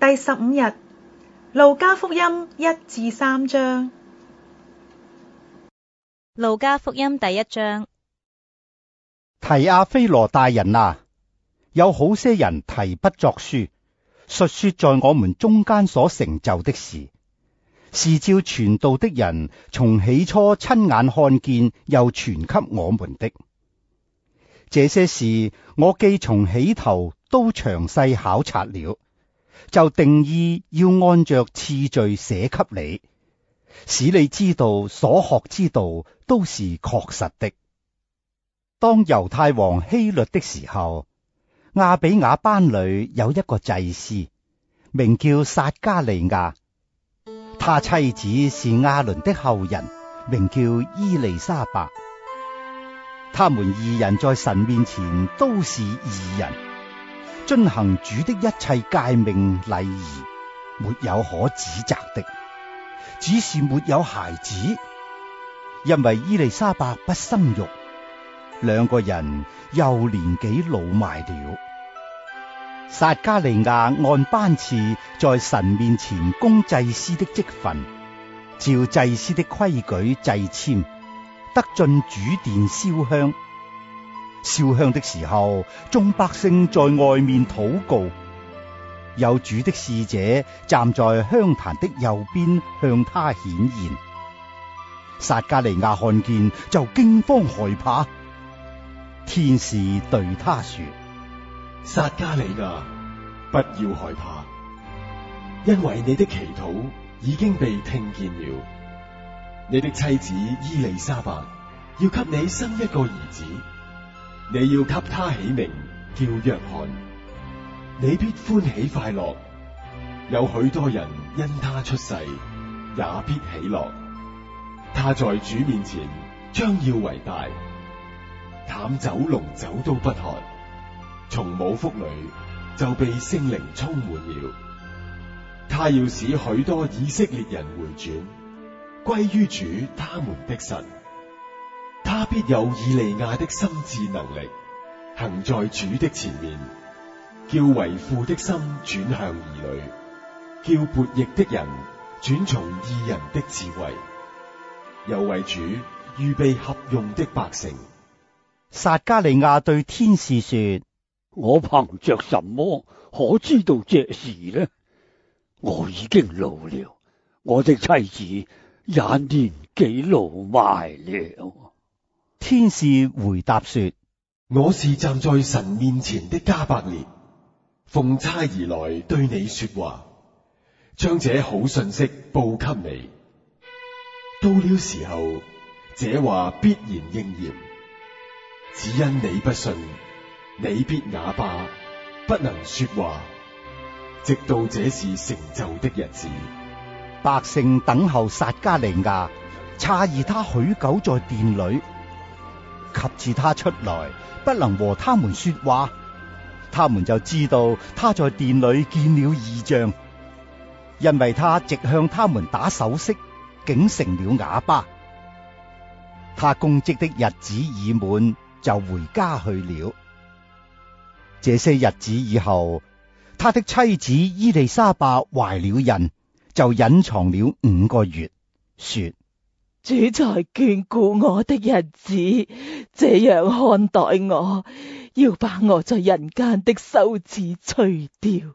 第15日，路加福音1至3章。 路加福音第1章。 提阿非羅大人啊，有好些人提筆作書，述說在我們中間所成就的事，是照傳道的人從起初親眼看見又傳給我們的。這些事我既從起頭都詳細考察了，就定意要按着次序寫給你，使你知道所學之道都是確實的。當猶太王希律的時候，亞比雅班裏有一個祭司，名叫撒迦利亞，他妻子是亞倫的後人，名叫伊利沙伯。他們二人在神面前都是義人，遵行主的一切誡命禮儀，沒有可指責的，只是沒有孩子，因為伊利沙伯不生育，兩個人又年紀老邁了。撒迦利亞按班次在神面前供祭司的職分，照祭司的規矩祭籤，得進主殿燒香。燒香的時候，眾百姓在外面禱告，有主的使者站在香壇的右邊向他顯現。撒迦利亞看見就驚慌害怕。天使對他說： 撒迦利亞，不要害怕，因為你的祈禱已經被聽見了。你的妻子伊利沙伯要給你生一個兒子，你要給他起名叫約翰。你必歡喜快樂，有許多人因他出世也必喜樂。他在主面前將要為大，淡酒濃酒都不喝，從母腹裏就被聖靈充滿了。他要使許多以色列人回轉，歸於主他們的神。他必有以利亞的心志能力，行在主的前面，叫為父的心轉向兒女，叫悖逆的人轉從義人的智慧，又為主預備合用的百姓。 撒迦利亞對天使說： 我憑着什麼可知道這事呢？我已經老了，我的妻子也年紀老邁了。 天使回答說： 我是站在神面前的加百列，奉差而來對你說話，將這好信息報給你。到了時候，這話必然應驗。只因你不信，你必啞巴，不能說話，直到這事成就的日子。 百姓等候撒迦利亞，詫異他許久在殿裏，及至他出來，不能和他們說話，他們就知道他在殿裏見了異象，因為他直向他們打手勢，竟成了啞巴。他供職的日子已滿，就回家去了。這些日子以後，他的妻子伊利沙伯懷了孕，就隱藏了5個月，說： 主在眷顧我的日子，這樣看待我，要把我在人間的羞恥除掉。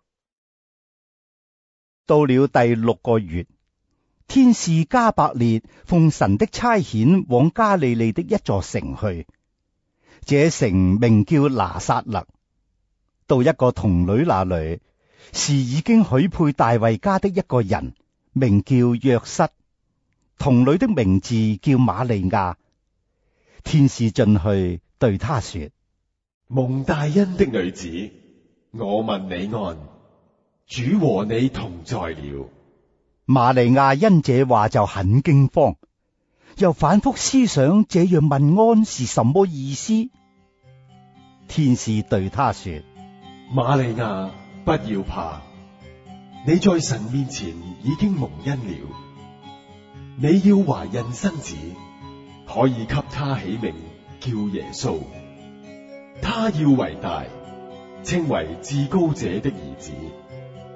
到了第6個月，天使加百列奉神的差遣往加利利的一座城去，這城名叫拿撒勒。到一個童女那裏，是已經許配大衛家的一個人，名叫約瑟。童女的名字叫瑪利亞。天使進去對他說： 蒙大恩的女子，我問你安，主和你同在了。 瑪利亞因這話就很驚慌，又反覆思想這樣問安是什麼意思。天使對他說： 瑪利亞，不要怕，你在神面前已經蒙恩了。你要懷孕生子，可以給他起名叫耶穌。他要為大，稱為至高者的兒子。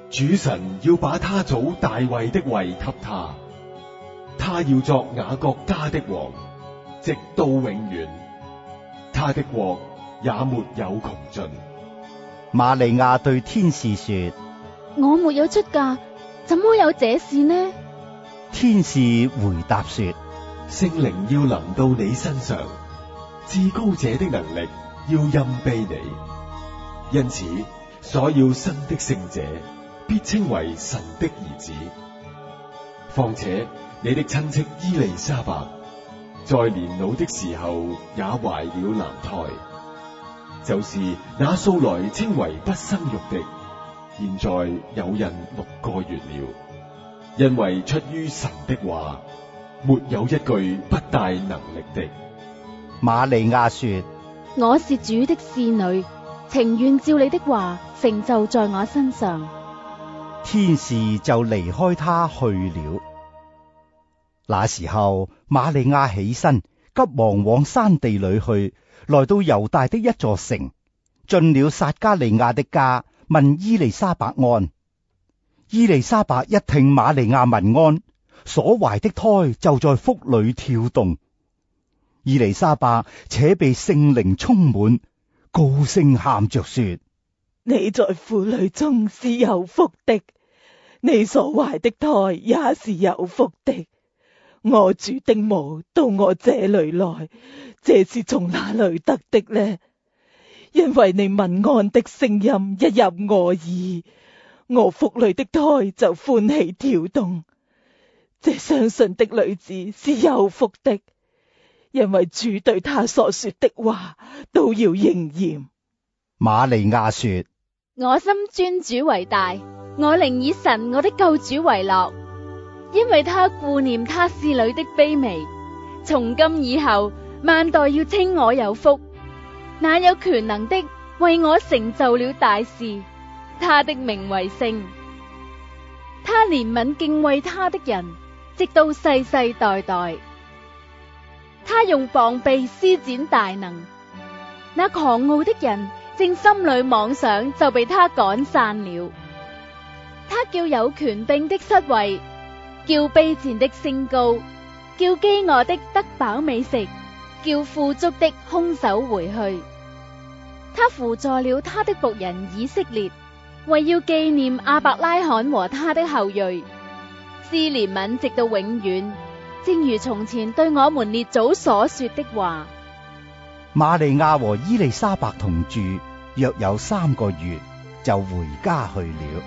主神要把他祖大衛的位給他，他要作雅各家的王，直到永遠，他的國也沒有窮盡。 瑪利亞對天使說： 我沒有出嫁，怎麼有這事呢？ 天使回答說： 聖靈要臨到你身上，至高者的能力要蔭庇你，因此所要生的聖者必稱為神的兒子。況且你的親戚伊麗莎白在年老的時候也懷了男胎，就是那素來稱為不生育的，現在有孕6個月了。因為出於神的話，沒有一句不帶能力的。 瑪利亞說： 我是主的使女，情願照你的話成就在我身上。 天使就離開他去了。那時候，瑪利亞起身，急忙往山地裏去，來到猶大的一座城，進了撒加利亞的家，問伊麗莎白安。伊麗莎白一聽瑪利亞問安，所懷的胎就在腹裏跳動。伊麗莎白且被聖靈充滿，高聲喊着說： 你在婦女中是有福的，你所懷的胎也是有福的。我主的母到我這裏來，這是從哪裏得的呢？因為你問安的聲音一入我耳，我腹裏的胎就歡喜跳動。這相信的女子是有福的，因為主對她所說的話都要應驗。 瑪利亞說： 我心尊主為大，我靈以神我的救主為樂，因為他顧念他侍女的卑微。從今以後，萬代要稱我有福。那有權能的為我成就了大事，他的名為聖。他憐憫敬畏他的人，直到世世代代。他用膀臂施展大能，那狂傲的人正心裏妄想，就被他趕散了。他叫有權柄的失位，叫卑賤的升高，叫飢餓的得飽美食，叫富足的空手回去。他扶助了他的僕人以色列，為要紀念亞伯拉罕和他的後裔，施憐憫直到永遠，正如從前對我們列祖所說的話。 瑪利亞和伊麗莎白同住約有3個月，就回家去了。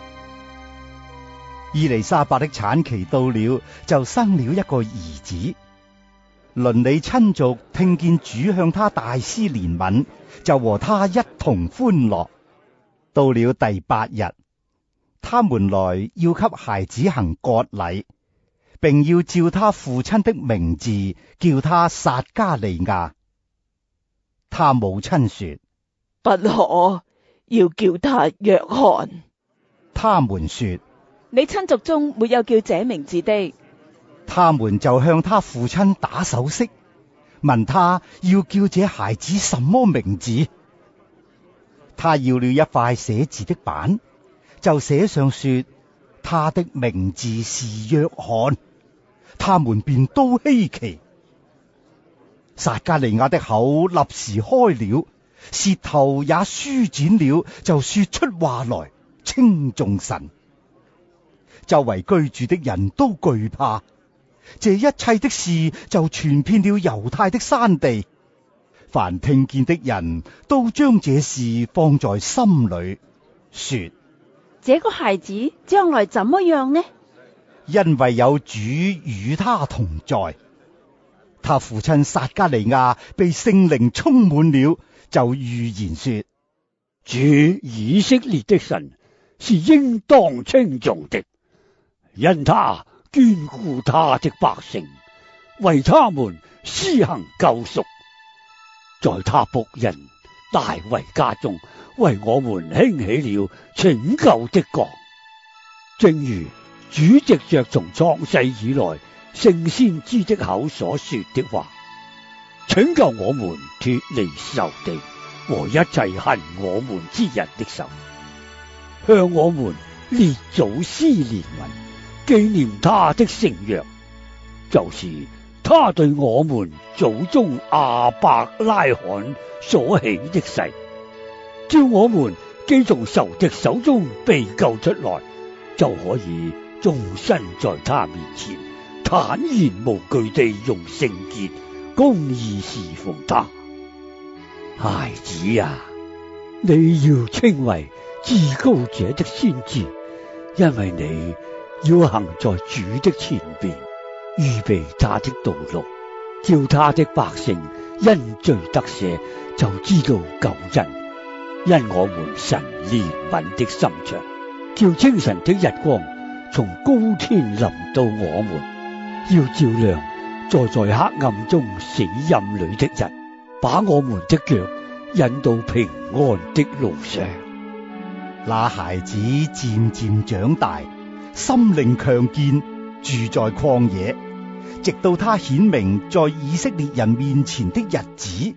伊麗莎白的產期到了，就生了一個兒子。鄰里親族聽見主向他大施憐憫，就和他一同歡樂。到了第8日，他們來要給孩子行割禮，並要照他父親的名字叫他撒加利亞。他母親說： 不可，要叫他約翰。 他們說： 你親族中沒有叫這名字的。 他們就向他父親打手勢，問他要叫這孩子什麼名字。他要了一塊寫字的板，就寫上說他的名字是約翰。他們便都稀奇。撒加利亞的口立時開了，舌頭也舒展了，就說出話來，稱頌神。周圍居住的人都懼怕。這一切的事就傳遍了猶太的山地，凡聽見的人都將這事放在心裏，說： 這個孩子將來怎麼樣呢？ 因為有主與他同在。他父親撒加利亞被聖靈充滿了，就預言說： 主以色列的神是應當稱頌的，因他眷顧他的百姓，為他們施行救贖，在他僕人大衛家中為我們興起了拯救的國，正如主藉着從創世以來聖先知的口所說的話，拯救我們脫離仇敵和一切恨我們之人的手，向我們列祖施憐憫，紀念他的聖約，就是他對我們祖宗亞伯拉罕所起的誓，叫我們既從仇敵手中被救出來，就可以終身在他面前坦然無懼地用聖潔公義侍奉他。孩子啊，你要稱為至高者的先知，因為你要行在主的前邊，預備他的道路，叫他的百姓因罪得赦，就知道救恩。因我們神憐憫的心腸，叫清晨的日光從高天臨到我們，要照亮坐在黑暗中死蔭裏的人，把我們的腳引到平安的路上。 那孩子漸漸長大，心靈強健，住在曠野，直到他顯明在以色列人面前的日子。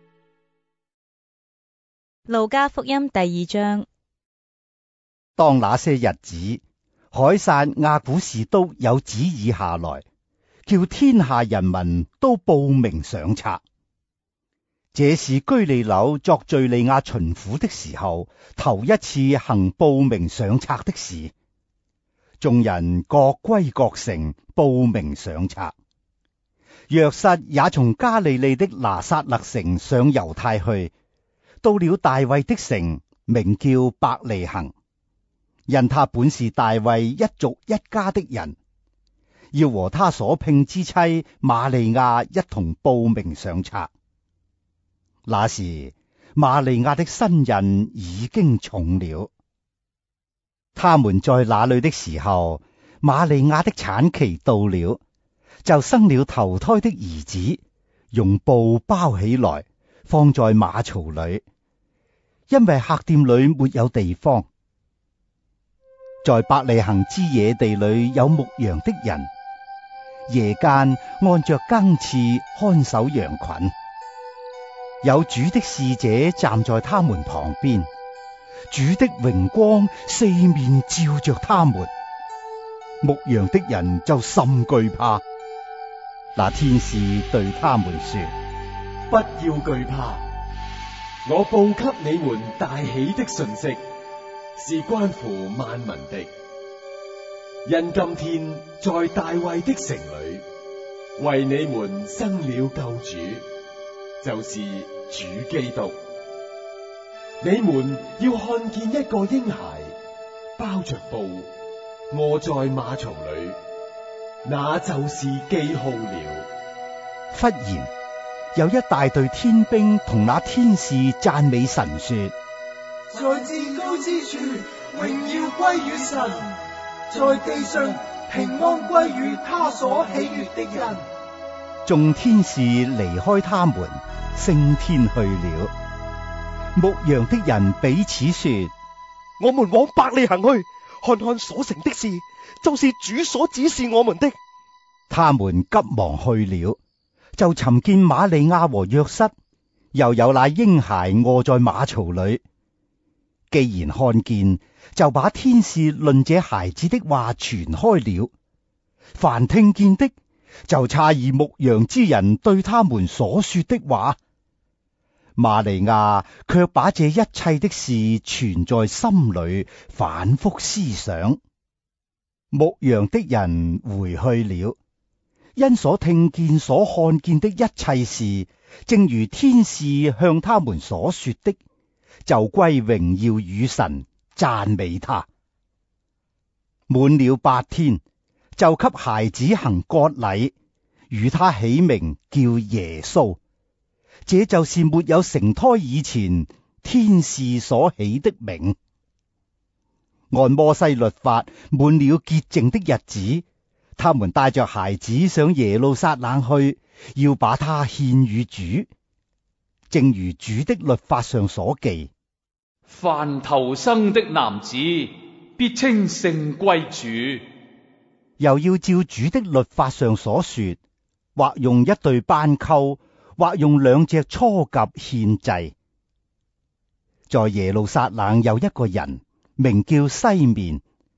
路加福音第2章。 當那些日子，凱撒亞古士都有旨意下來，叫天下人民都報名上冊。這是居利紐作敘利亞巡撫的時候，頭一次行報名上冊的事。眾人各歸各城報名上冊。約瑟也從加利利的拿撒勒城上猶太去，到了大衛的城，名叫伯利恆，因他本是大衛一族一家的人，要和他所聘之妻瑪利亞一同報名上冊。那時瑪利亞的身孕已經重了。他們在那裏的時候，瑪利亞的產期到了，就生了頭胎的兒子，用布包起來，放在馬槽裏，因為客店裏沒有地方。在伯利恆之野地裏有牧羊的人，夜間按着更次看守羊群。有主的使者站在他們旁邊，主的榮光四面照着他們，牧羊的人就甚懼怕。那天使對他們說： 不要懼怕，我報給你們大喜的訊息，是關乎萬民的。因今天在大衛的城裏，為你們生了救主，就是主基督。你們要看見一個嬰孩包着布臥在馬槽裏，那就是記號了。 忽然有一大隊天兵同那天使讚美神說： 在至高之處榮耀歸於神，在地上平安歸於他所喜悅的人。 眾天使離開他們，升天去了。牧羊的人彼此說： 我們往伯利恆去，看看所成的事，就是主所指示我們的。 他們急忙去了，就尋見瑪利亞和約瑟，又有那嬰孩臥在馬槽裏。既然看見，就把天使論這孩子的話傳開了。凡聽見的，就詫異牧羊之人對他們所說的話。瑪利亞卻把這一切的事存在心裏，反覆思想。牧羊的人回去了，因所聽見所看見的一切事，正如天使向他們所說的，就歸榮耀與神，讚美他。滿了8天，就給孩子行割禮，與他起名叫耶穌。這就是沒有成胎以前天使所起的名。按摩西律法滿了潔淨的日子，他們帶着孩子上耶路撒冷去，要把他獻與主，正如主的律法上所記： 凡頭生的男子必稱聖歸主。 又要照主的律法上所說，或用一對斑鳩，或用2隻雛鴿獻祭。在耶路撒冷有一個人名叫西面，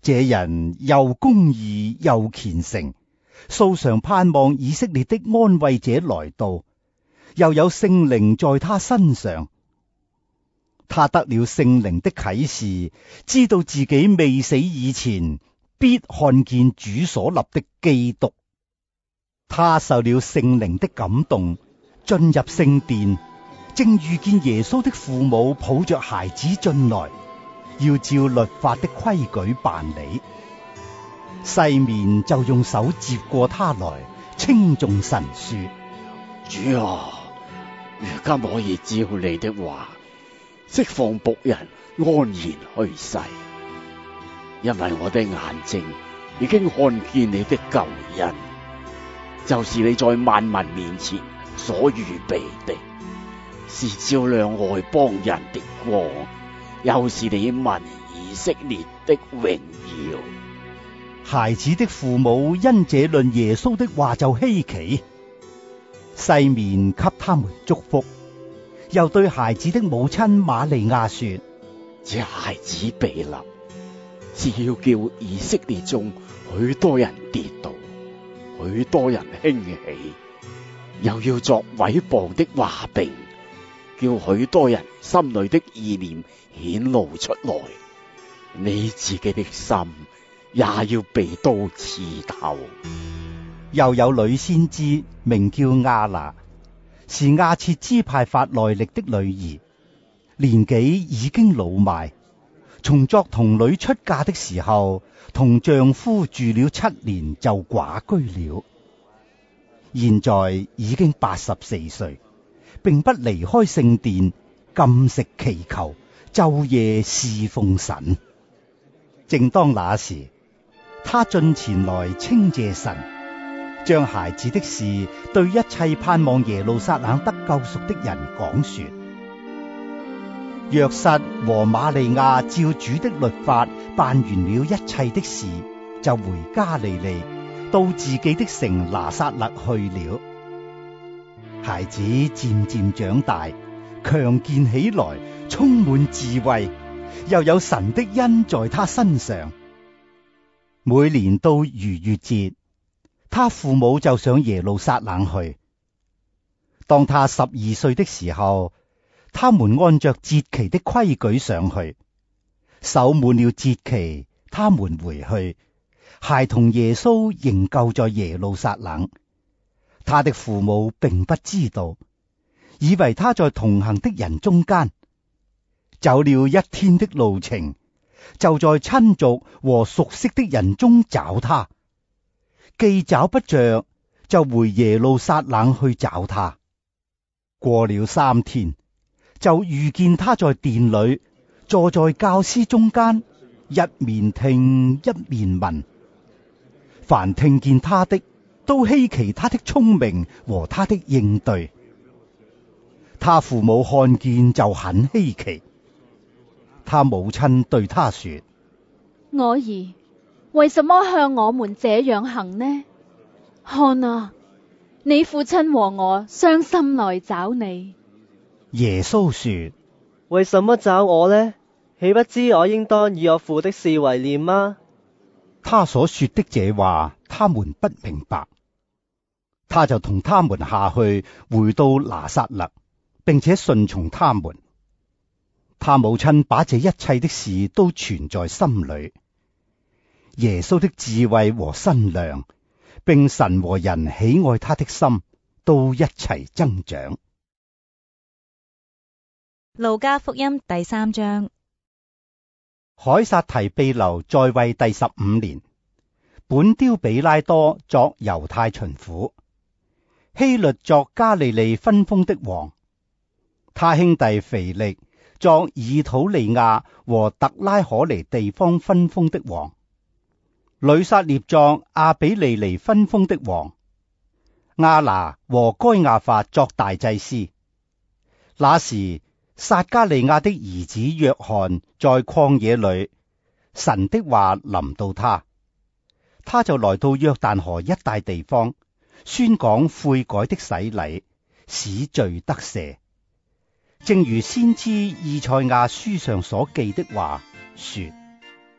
這人又公義又虔誠，素常盼望以色列的安慰者來到，又有聖靈在他身上。他得了聖靈的啟示，知道自己未死以前，必看見主所立的基督。他受了聖靈的感動，進入聖殿，正遇見耶穌的父母抱着孩子進來，要照律法的規矩辦理。西面就用手接過他來，稱頌神說： 主啊，如今可以照你的話，釋放僕人安然去世，因為我的眼睛已經看見你的救恩，就是你在萬民面前所預備的，是照亮外邦人的光，又是你民以色列的榮耀。 孩子的父母因這論耶穌的話就稀奇，西面給他們祝福，又對孩子的母親瑪利亞說： 這孩子被立，是要叫以色列中許多人跌倒，許多人興起，又要作毀謗的話柄，叫許多人心裏的意念顯露出來。你自己的心也要被刀刺透。 又有女先知名叫亞拿，是亞設支派法內力的女兒，年紀已經老邁，從作童女出嫁的時候，同丈夫住了7年就寡居了，現在已經84歲，並不離開聖殿，禁食祈求，晝夜侍奉神。正當那時，他進前來稱謝神，將孩子的事對一切盼望耶路撒冷得救贖的人講說。約瑟和瑪利亞照主的律法辦完了一切的事，就回加利利，到自己的城拿撒勒去了。孩子漸漸長大，強健起來，充滿智慧，又有神的恩在他身上。每年到逾越節，他父母就上耶路撒冷去。當他12歲的時候，他們按着節期的規矩上去，守滿了節期，他們回去。孩童耶穌仍舊在耶路撒冷，他的父母並不知道，以為他在同行的人中間。走了1天的路程，就在親族和熟悉的人中找他，既找不着，就回耶路撒冷去找他。過了3天，就遇見他在殿裏，坐在教師中間，一面聽一面問。凡聽見他的，都稀奇他的聰明和他的應對。他父母看見就很稀奇。他母親對他說： 我兒，為什麼向我們這樣行呢？看啊，你父親和我傷心來找你。 耶穌說： 為什麼找我呢？豈不知我應當以我父的事為念嗎？ 他所說的這話，他們不明白。他就同他們下去，回到拿撒勒，並且順從他們。他母親把這一切的事都存在心裏。耶穌的智慧和身量，並神和人喜愛他的心，都一齊增長。 路加福音第3章。 凱撒提庇留在位第15年，本丟比拉多作猶太巡撫，希律作加利利分封的王，他兄弟腓力作以土利亞和特拉可尼地方分封的王，呂撒聶作亞比利尼分封的王，亞拿和該亞法作大祭司。那時撒加利亞的兒子約翰在曠野裏，神的話臨到他，他就來到約旦河一帶地方，宣講悔改的洗禮，使罪得赦。正如先知以賽亞書上所記的話說：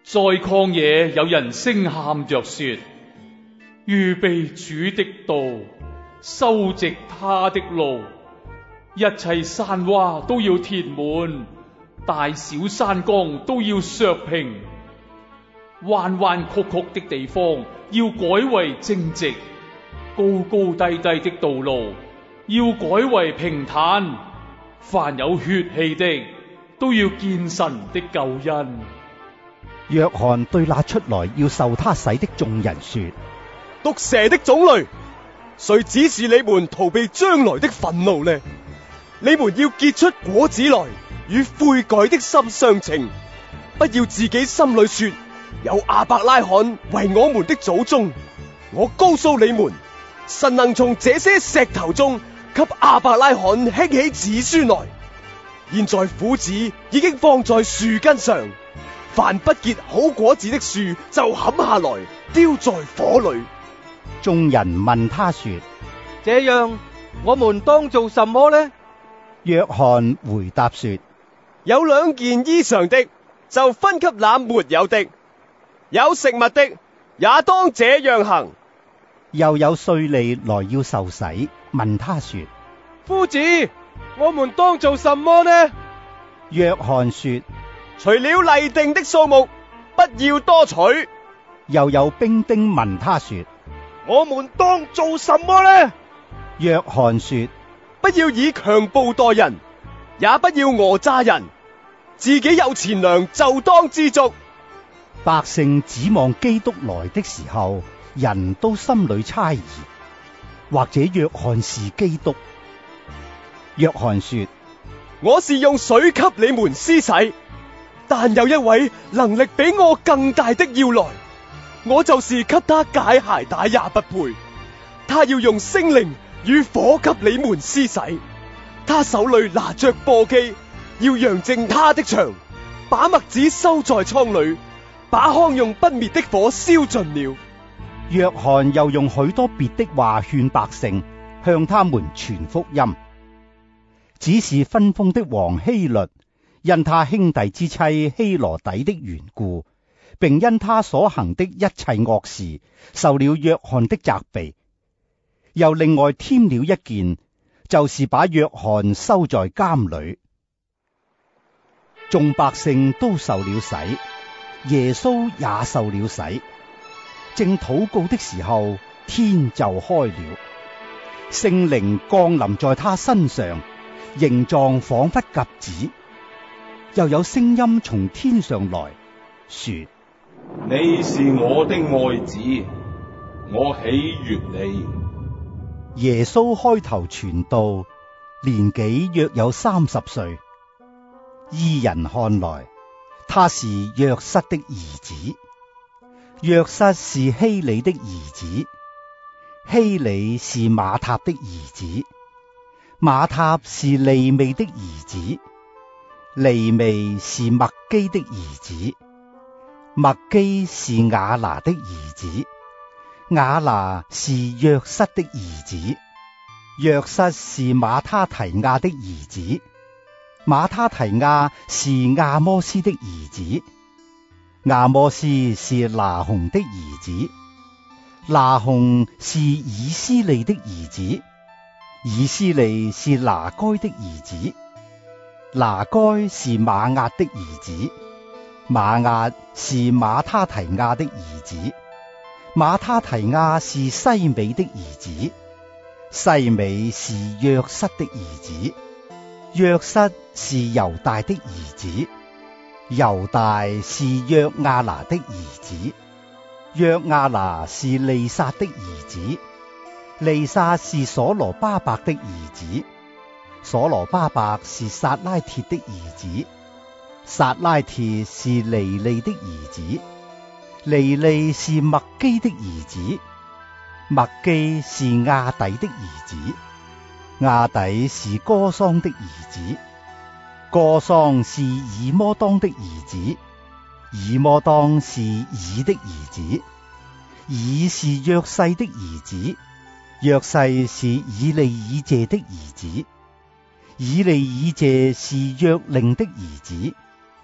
在曠野有人聲喊着說：預備主的道，修直他的路，一切山窪都要填滿，大小山崗都要削平，彎彎曲曲的地方要改為正直，高高低低的道路要改為平坦。凡有血氣的都要見神的救恩。 約翰對那出來要受他洗的眾人說： 毒蛇的種類，誰指示你們逃避將來的憤怒呢？你們要結出果子來，與悔改的心相稱，不要自己心裏說：有亞伯拉罕為我們的祖宗。我告訴你們，神能從這些石頭中給亞伯拉罕興起子孫來。現在斧子已經放在樹根上，凡不結好果子的樹就砍下來，丟在火裏。 眾人問他說： 這樣我們當做什麼呢？ 約翰回答說： 有2件衣裳的，就分給那沒有的；有食物的，也當這樣行。 又有稅吏來要受洗，問他說： 夫子，我們當做什麼呢？ 約翰說： 除了例定的數目，不要多取。 又有兵丁問他說： 我們當做什麼呢？ 約翰說： 不要以強暴待人，也不要訛詐人，自己有錢糧就當知足。 百姓指望基督來的時候，人都心裏猜疑，或者約翰是基督。約翰說： 我是用水給你們施洗，但有一位能力比我更大的要來，我就是給他解鞋帶也不配。他要用聖靈與火給你們施洗，他手裏拿着簸箕，要揚淨他的場，把麥子收在倉裏，把糠用不滅的火燒盡了。 約翰又用許多別的話勸百姓，向他們傳福音。只是分封的王希律，因他兄弟之妻希羅底的緣故，並因他所行的一切惡事，受了約翰的責備。又另外添了一件，就是把約翰收在監裏。眾百姓都受了洗，耶穌也受了洗。正禱告的時候，天就開了，聖靈降臨在他身上，形狀仿佛鴿子。又有聲音從天上來說： 你是我的愛子，我喜悅你。 耶穌開頭傳道，年紀約有30歲。依人看來，他是約瑟的兒子。約瑟是希里的兒子，希里是馬塔的兒子，馬塔是利未的兒子，利未是麥基的兒子，麥基是雅拿的兒子，雅拿是約瑟的兒子，約瑟是馬他提亞的兒子，馬他提亞是亞摩斯的兒子，亞摩斯是拿鴻的兒子，拿鴻是以斯利的兒子，以斯利是拿該的兒子，拿該是馬押的兒子，馬押是馬他提亞的兒子，馬他提亞是西美的兒子，西美是約瑟的兒子，約瑟是猶大的兒子，猶大是約亞拿的兒子，約亞拿是利撒的兒子，利撒是所羅巴伯的兒子，所羅巴伯是撒拉鐵的兒子，撒拉鐵是尼利的兒子，尼利是麥基的兒子，麥基是亞底的兒子，亞底是哥桑的兒子，哥桑是以摩當的兒子，以摩當是以的兒子，以是約細的兒子，約細是以利以謝的兒子，以利以謝是約令的兒子，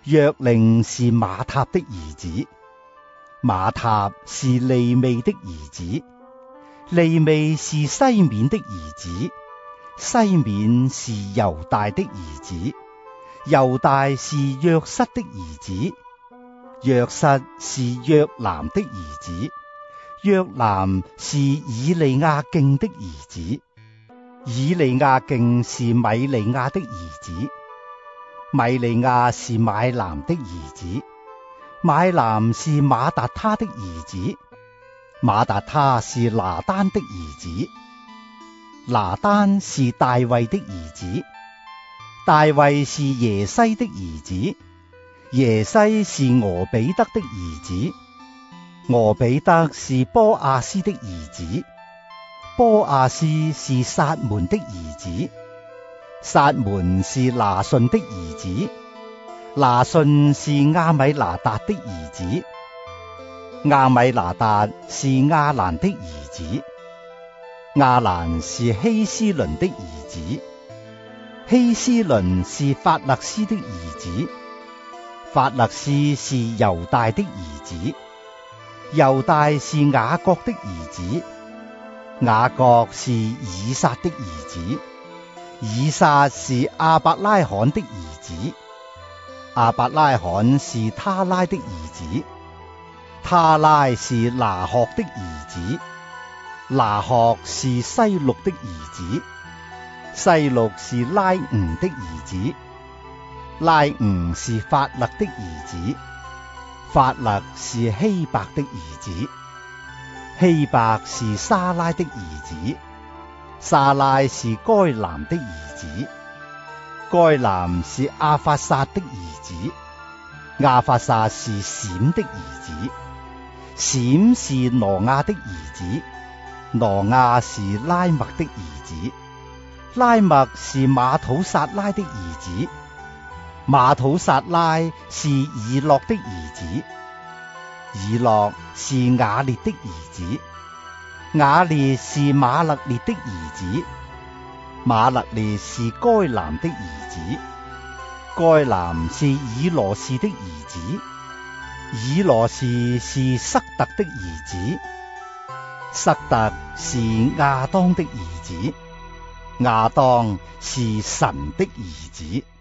約令是馬塔的兒子，馬塔是利未的兒子，利未是西面的兒子，西面是猶大的兒子，猶大是約瑟的兒子，約瑟是約南的兒子，約南是以利亞敬的兒子，以利亞敬是米利亞的兒子，米利亞是買南的兒子，買南是馬達他的兒子，馬達他是拿單的兒子，拿單是大衛的兒子，大衛是耶西的兒子，耶西是俄比德的兒子，俄比德是波亞斯的兒子，波亞斯是撒門的兒子，撒門是拿順的兒子，拿順是亞米拿達的兒子，亞米拿達是亞蘭的兒子，亞蘭是希斯倫的兒子，希斯倫是法勒斯的兒子，法勒斯是猶大的兒子，猶大是雅各的兒子，雅各是以撒的兒子，以撒是亞伯拉罕的兒子，亞伯拉罕是他拉的兒子，他拉是拿鶴的兒子，拿鶴是西錄的兒子，西錄是拉吾的兒子，拉吾是法勒的兒子，法勒是希伯的兒子，希伯是沙拉的兒子，沙拉是該南的兒子，該南是亞法撒的兒子，亞法撒是閃的兒子，閃是挪亞的兒子，挪亞是拉麥的兒子，拉麥是馬土撒拉的兒子，馬土撒拉是以諾的兒子，以諾是雅列的兒子，雅列是馬勒列的兒子，馬勒列是該南的兒子，該南是以羅士的兒子，以羅士是塞特的兒子，塞特是亞當的兒子，亞當是神的兒子。